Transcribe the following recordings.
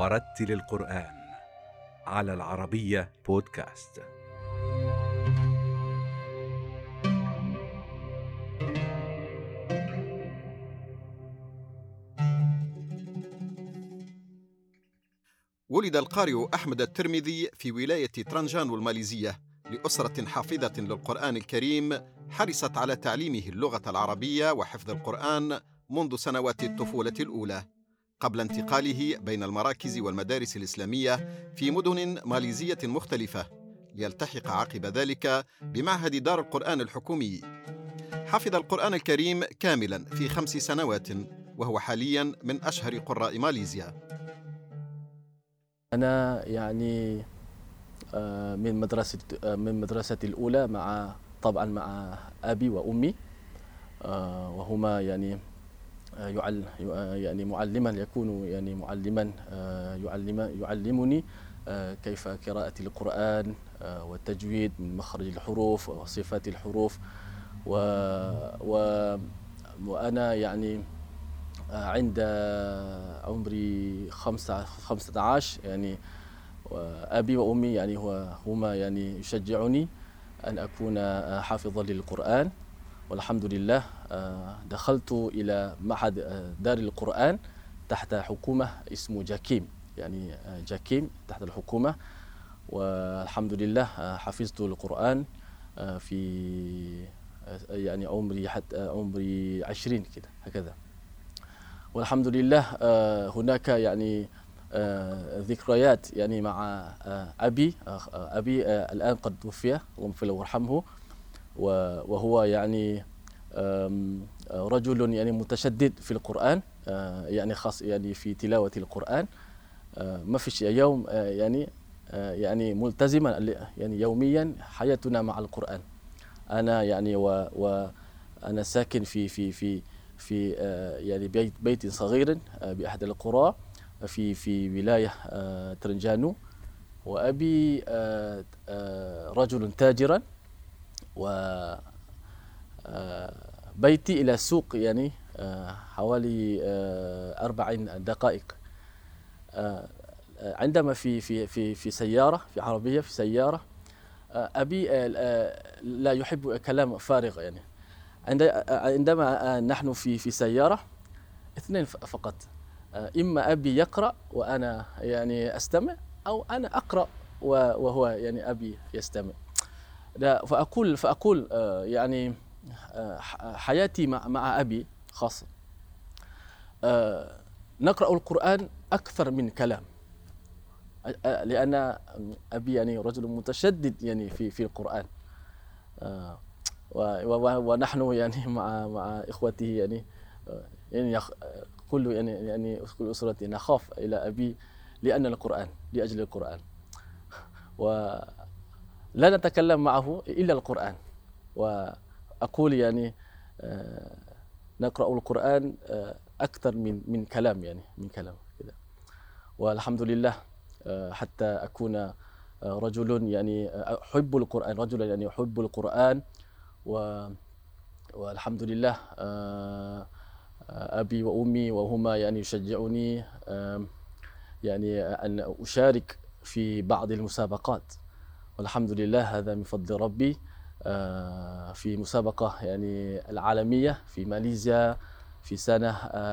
ورتل القرآن على العربية بودكاست. ولد القارئ أحمد الترمذي في ولاية طرنجان الماليزية لأسرة حافظة للقرآن الكريم حرصت على تعليمه اللغة العربية وحفظ القرآن منذ سنوات الطفولة الأولى، قبل انتقاله بين المراكز والمدارس الإسلامية في مدن ماليزية مختلفة، ليلتحق عقب ذلك بمعهد دار القرآن الحكومي. حفظ القرآن الكريم كاملا في 5 سنوات، وهو حاليا من أشهر قراء ماليزيا. أنا من مدرستي الأولى طبعا مع أبي وأمي، وهما معلما يكون معلما يعلمني كيف قراءة القرآن والتجويد من مخرج الحروف وصفات الحروف. وأنا عند عمري 15 أبي وأمي هما يشجعوني أن أكون حافظا للقرآن، والحمد لله دخلت إلى معهد دار القرآن تحت حكومة اسمه جاكيم، جاكيم تحت الحكومة، والحمد لله حفظت القرآن في عمري حتى عمري 20 كده هكذا. والحمد لله هناك ذكريات مع أبي الآن قد توفي، اللهم اغفر له وارحمه، وهو رجل متشدد في القرآن، خاص في تلاوة القرآن. ما فيش يوم ملتزما يوميا حياتنا مع القرآن. أنا وأنا ساكن في بيت صغير بأحد القرى في ولاية ترنجانو، وأبي رجل تاجرا، وبيتي إلى السوق حوالي 40 دقائق. عندما في سيارة، في عربية، في سيارة، أبي لا يحب كلام فارغ. عندما نحن في سيارة 2 فقط، إما أبي يقرأ وأنا أستمع، أو أنا أقرأ وهو أبي يستمع. فأقول حياتي مع أبي خاصة. نقرأ القرآن أكثر من كلام، لأن أبي رجل متشدد في القرآن، ونحن مع إخوته كل أسرتي نخاف إلى أبي لأجل القرآن، ولا نتكلم معه إلا القرآن. وأقول نقرأ القرآن أكثر من كلام، من كلام كده. والحمد لله حتى أكون رجل أحب القرآن، رجل يحب القرآن. والحمد لله أبي وأمي وهما يشجعوني أن أشارك في بعض المسابقات، والحمد لله هذا من فضل ربي. في مسابقة العالمية في ماليزيا في سنة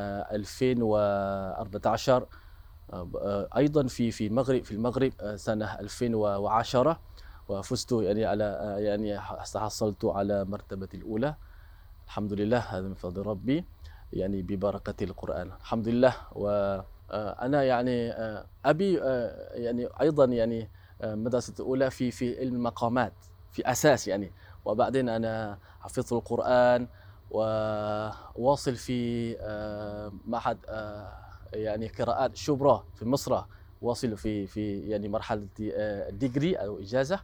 2014، أيضا في المغرب سنة 2010، وفزت على حصلت على مرتبة الأولى. الحمد لله هذا من فضل ربي ببركة القرآن، الحمد لله. وأنا أبي أيضا مدرسة الأولى في علم المقامات في أساس، وبعدين أنا حفظت القرآن وواصل في معهد قراءات شبرا في مصر، واصل في مرحلة الديجري أو إجازة.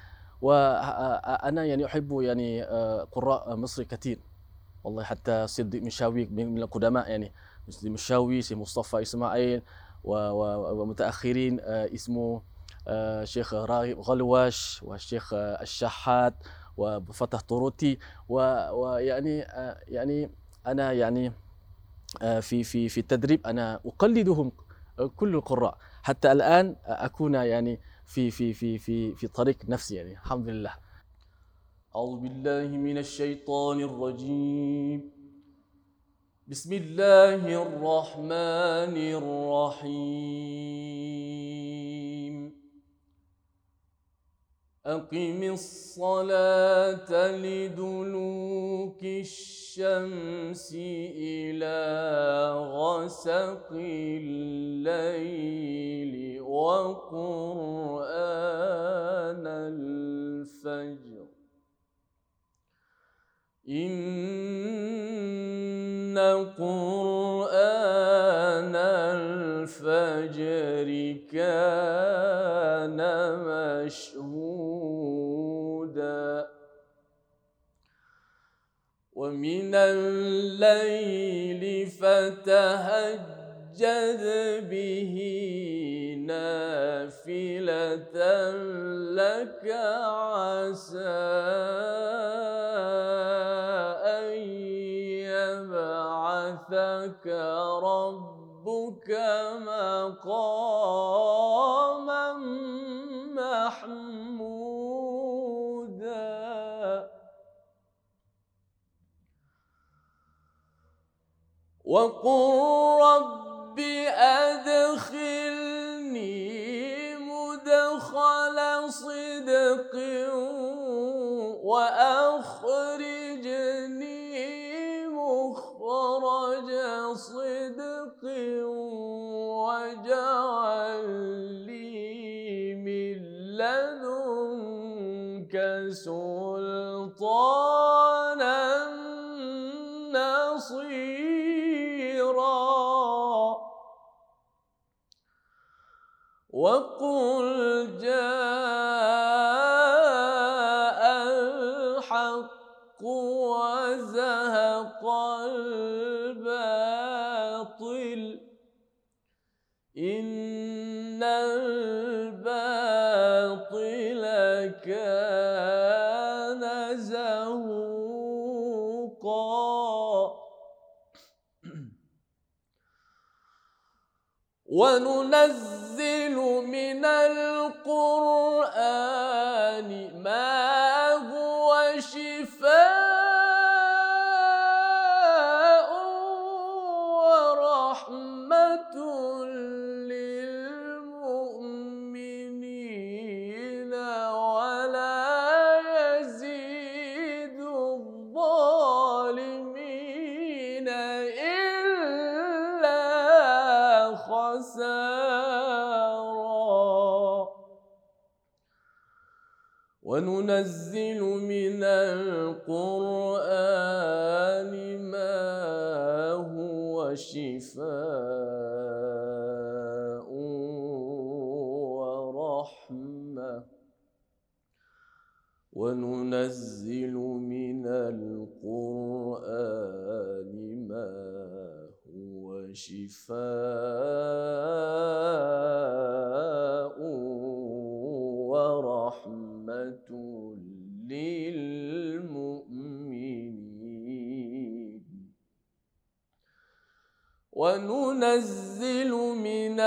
وأنا أحب قراء مصر كثير والله، حتى صديق مشاوي من القدماء، صديق مشاوي، سي مصطفى إسماعيل، ومتأخرين اسمه شيخ راغب غلواش، والشيخ الشحات، وفتح طروتي. أنا في التدريب أنا أقلدهم كل القراء. حتى الآن أكون يعني في طريق نفسي يعني الحمد لله. أعوذ بالله من الشيطان الرجيم. بسم الله الرحمن الرحيم. أقم الصلاة لدلوك الشمس إلى غسق الليل وقرآن الفجر إن قرآن الفجر كان مشهودا ومن الليل فتهجد به نافلة لك عسى أن يبعثك ربك مقاما محمودا وقل رب أدخلني مدخل صدق وأخرجني مخرج صدق واجعل لي من لدنك سلطانا نصيرا وقل جاء الحق وزهق الباطل إن الباطل كان زهوقا وننزل من القرآن ما هو شفاء ورحمة للمؤمنين ولا يزيد الظالمين إلا خسارا وننزل من القرآن ما هو شفاء ورحمة وننزل من القرآن ما هو شفاء ورحمة للمؤمنين وننزل من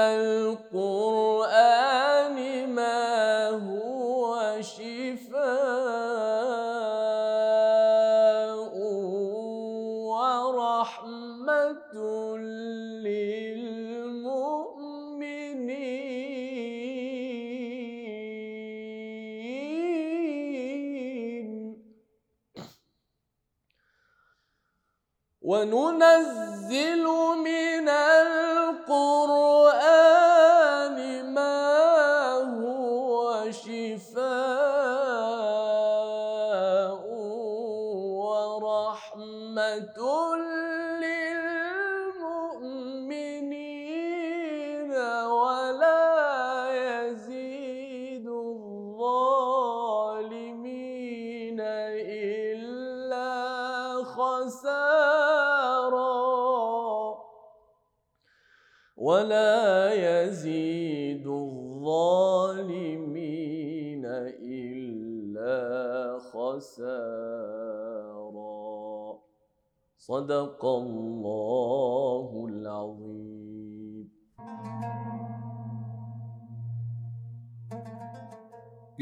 القرآن ما هو شفاء ورحمة للمؤمنين وننزل من القرآن ما هو شفاء ورحمة للمؤمنين ولا يزيد الظالمين إلا خسارا ولا يزيد الظالمين إلا خسارا صدق الله العظيم.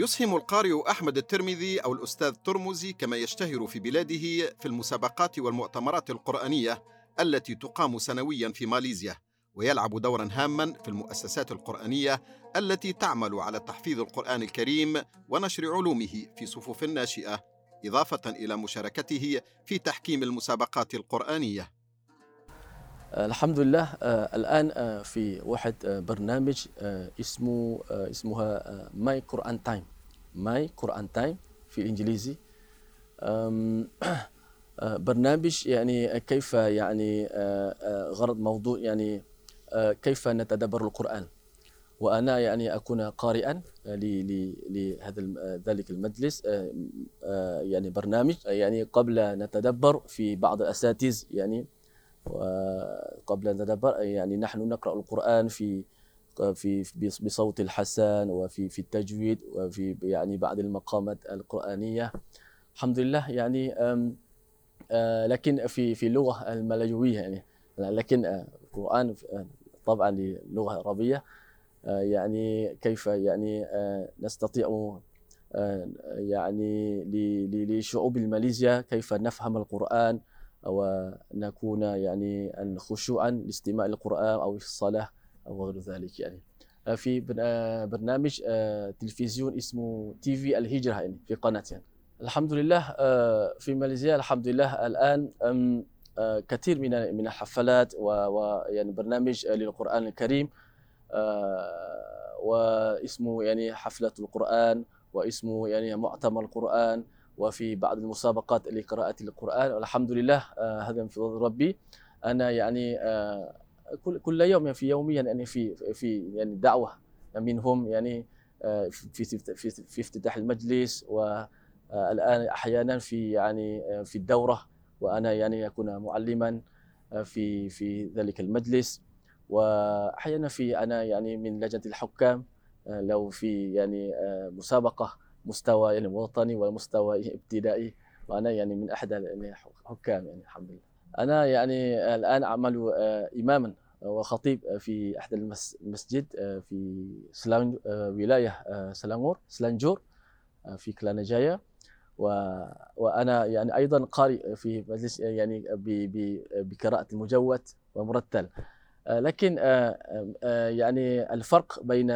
يسهم القارئ أحمد الترمذي أو الأستاذ ترمزي كما يشتهر في بلاده في المسابقات والمؤتمرات القرآنية التي تقام سنويا في ماليزيا، ويلعب دورا هاما في المؤسسات القرآنية التي تعمل على تحفيظ القرآن الكريم ونشر علومه في صفوف الناشئة، إضافة إلى مشاركته في تحكيم المسابقات القرآنية. الحمد لله. الآن في واحد برنامج اسمها ماي قرآن تايم. ماي قرآن تايم في الإنجليزي. برنامج يعني كيف يعني غرض موضوع يعني كيف نتدبر القرآن، وأنا يعني أكون قارئا لهذا ذلك المجلس. يعني برنامج يعني قبل نتدبر في بعض الأساتذة يعني، وقبل أن نتدبر يعني نحن نقرأ القرآن بصوت الحسن وفي التجويد وفي يعني بعض المقامات القرآنية الحمد لله يعني. لكن في اللغة الملايوية يعني، لكن القرآن طبعا للغة عربية. يعني كيف يعني نستطيع يعني لشعوب ماليزيا كيف نفهم القرآن ونكون يعني خشوعا لاستماع القرآن أو في الصلاة أو غير ذلك يعني. في برنامج تلفزيون اسمه تي في الهجرة يعني في قناة يعني. الحمد لله في ماليزيا الحمد لله الآن كثير من الحفلات ويعني برنامج للقرآن الكريم، واسمه يعني حفلة القرآن، واسمه يعني مؤتمر القرآن، وفي بعض المسابقات لقراءة القرآن. والحمد لله هذا من فضل ربي. أنا يعني كل يوم في يوميا يعني في يعني دعوة منهم يعني في افتتاح المجلس، والآن أحيانا في يعني في الدورة، وأنا يعني أكون معلما في ذلك المجلس. واحيانا انا يعني من لجنه الحكام لو في يعني مسابقه مستوى يعني وطني ومستوى ابتدائي، وانا يعني من احد يعني حكام يعني الحمد لله. انا يعني الان اعمل اماما وخطيب في احد المسجد في ولايه سلانجور في كلانجايا، وانا يعني ايضا قارئ في مجلس يعني بقراءه المجود ومرتل. لكن يعني الفرق بين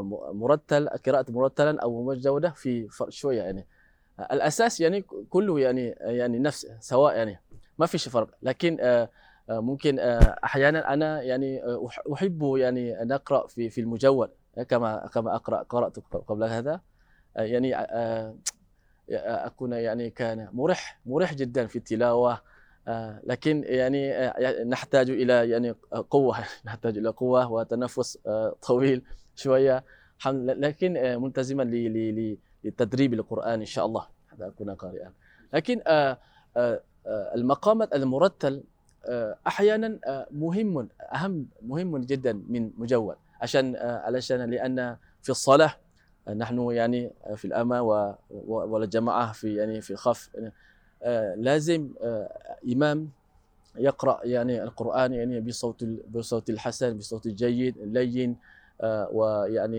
قراءة مرتلا أو مجودة في فرق شوية يعني. الأساس يعني كله يعني نفس سواء يعني ما فيش فرق، لكن ممكن أحيانا أنا يعني أحب يعني أن أقرأ في المجود كما قرأت قبل هذا يعني. أكون يعني كان مريح جدا في التلاوة. لكن يعني نحتاج إلى يعني قوة نحتاج إلى قوة وتنفس طويل شوية، لكن ملتزما لتدريب القرآن إن شاء الله حتى أكون قارئا. لكن المقامات المرتل أحيانا مهم جدا من مجود، علشان لأن في الصلاة نحن يعني في الأمة والجماعة في يعني في الخف لازم إمام يقرأ يعني القرآن يعني بصوت الحسن، بصوت الجيد اللين، ويعني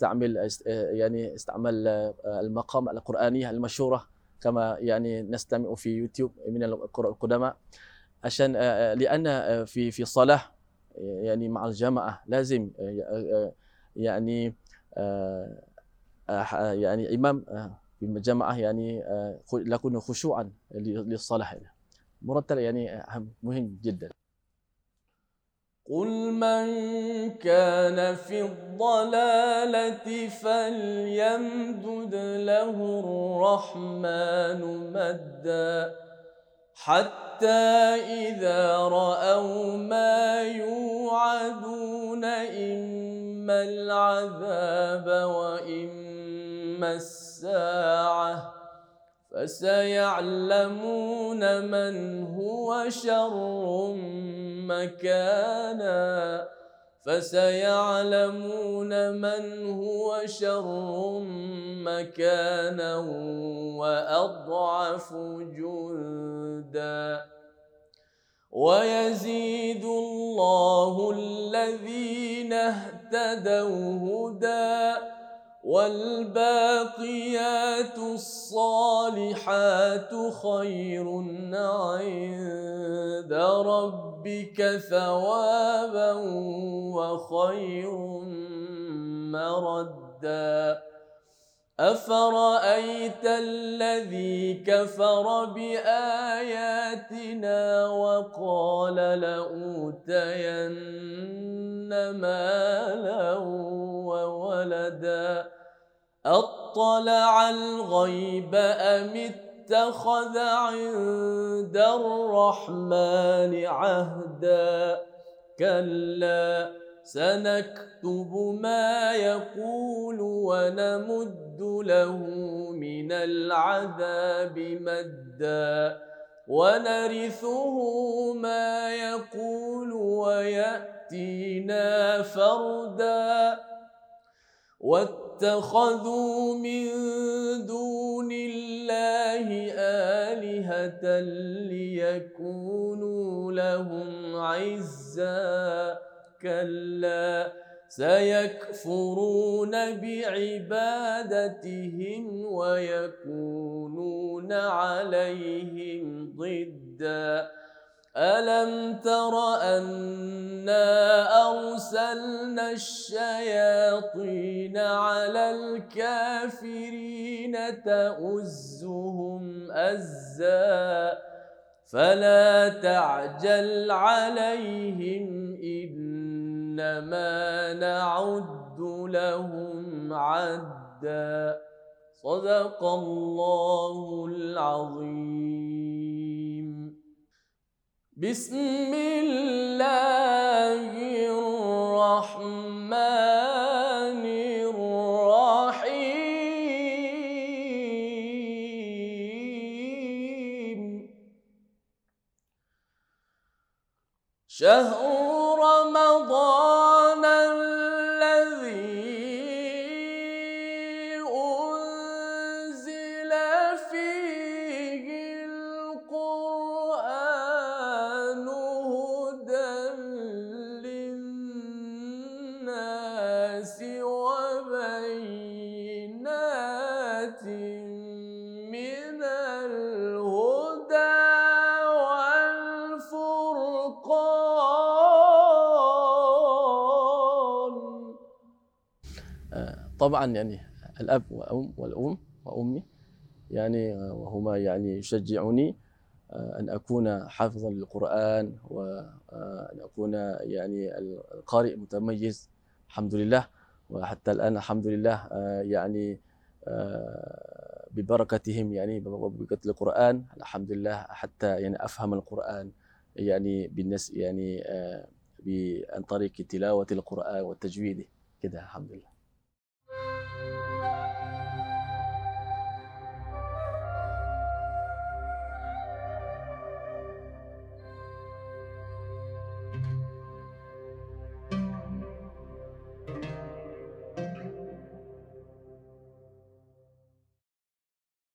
استعمل المقام القرآنية المشهورة كما يعني نستمع في يوتيوب من القراء القدماء، عشان لأن في الصلاة يعني مع الجماعة لازم يعني يعني إمام في الجماعة يعني لكن خشوعا للصلاة يعني. مرتل يعني مهم جدا. قل من كان في الضلالة فليمدد له الرحمن مدا حتى إذا رأوا ما يوعدون إما العذاب وإما الساعة فسيعلمون من هو شر مكانا وأضعف جندا ويزيد الله الذين اهتدوا هدى والباقيات الصالحات خير عند ربك ثوابا وخير مردا أفرأيت الذي كفر بآياتنا وقال لأوتين مالا وولدا أطلع الغيب أم اتخذ عند الرحمن عهدا كلا سنكتب ما يقول ونمد له من العذاب مدا ونرثه ما يقول ويأتينا فردا واتخذوا من دون الله آلهة ليكونوا لهم عزا كلا سيكفرون بعبادتهم ويكونون عليهم ضدا ألم تر أنا أرسلنا الشياطين على الكافرين تؤزهم أزا فلا تعجل عليهم إنما نعد لهم عدا صدق الله العظيم. بسم الله الرحمن الرحيم شهر رمضان الذي أنزل فيه القرآن هدى للناس وبينات من الهدى والفرقان. طبعا يعني الأب والأم وأمي يعني وهما يعني يشجعوني أن أكون حافظا للقرآن وأن أكون يعني القارئ متميز الحمد لله. وحتى الآن الحمد لله يعني ببركتهم يعني ببركة القرآن الحمد لله حتى يعني أفهم القرآن يعني بالناس يعني عن طريق تلاوة القرآن والتجويد كده الحمد لله.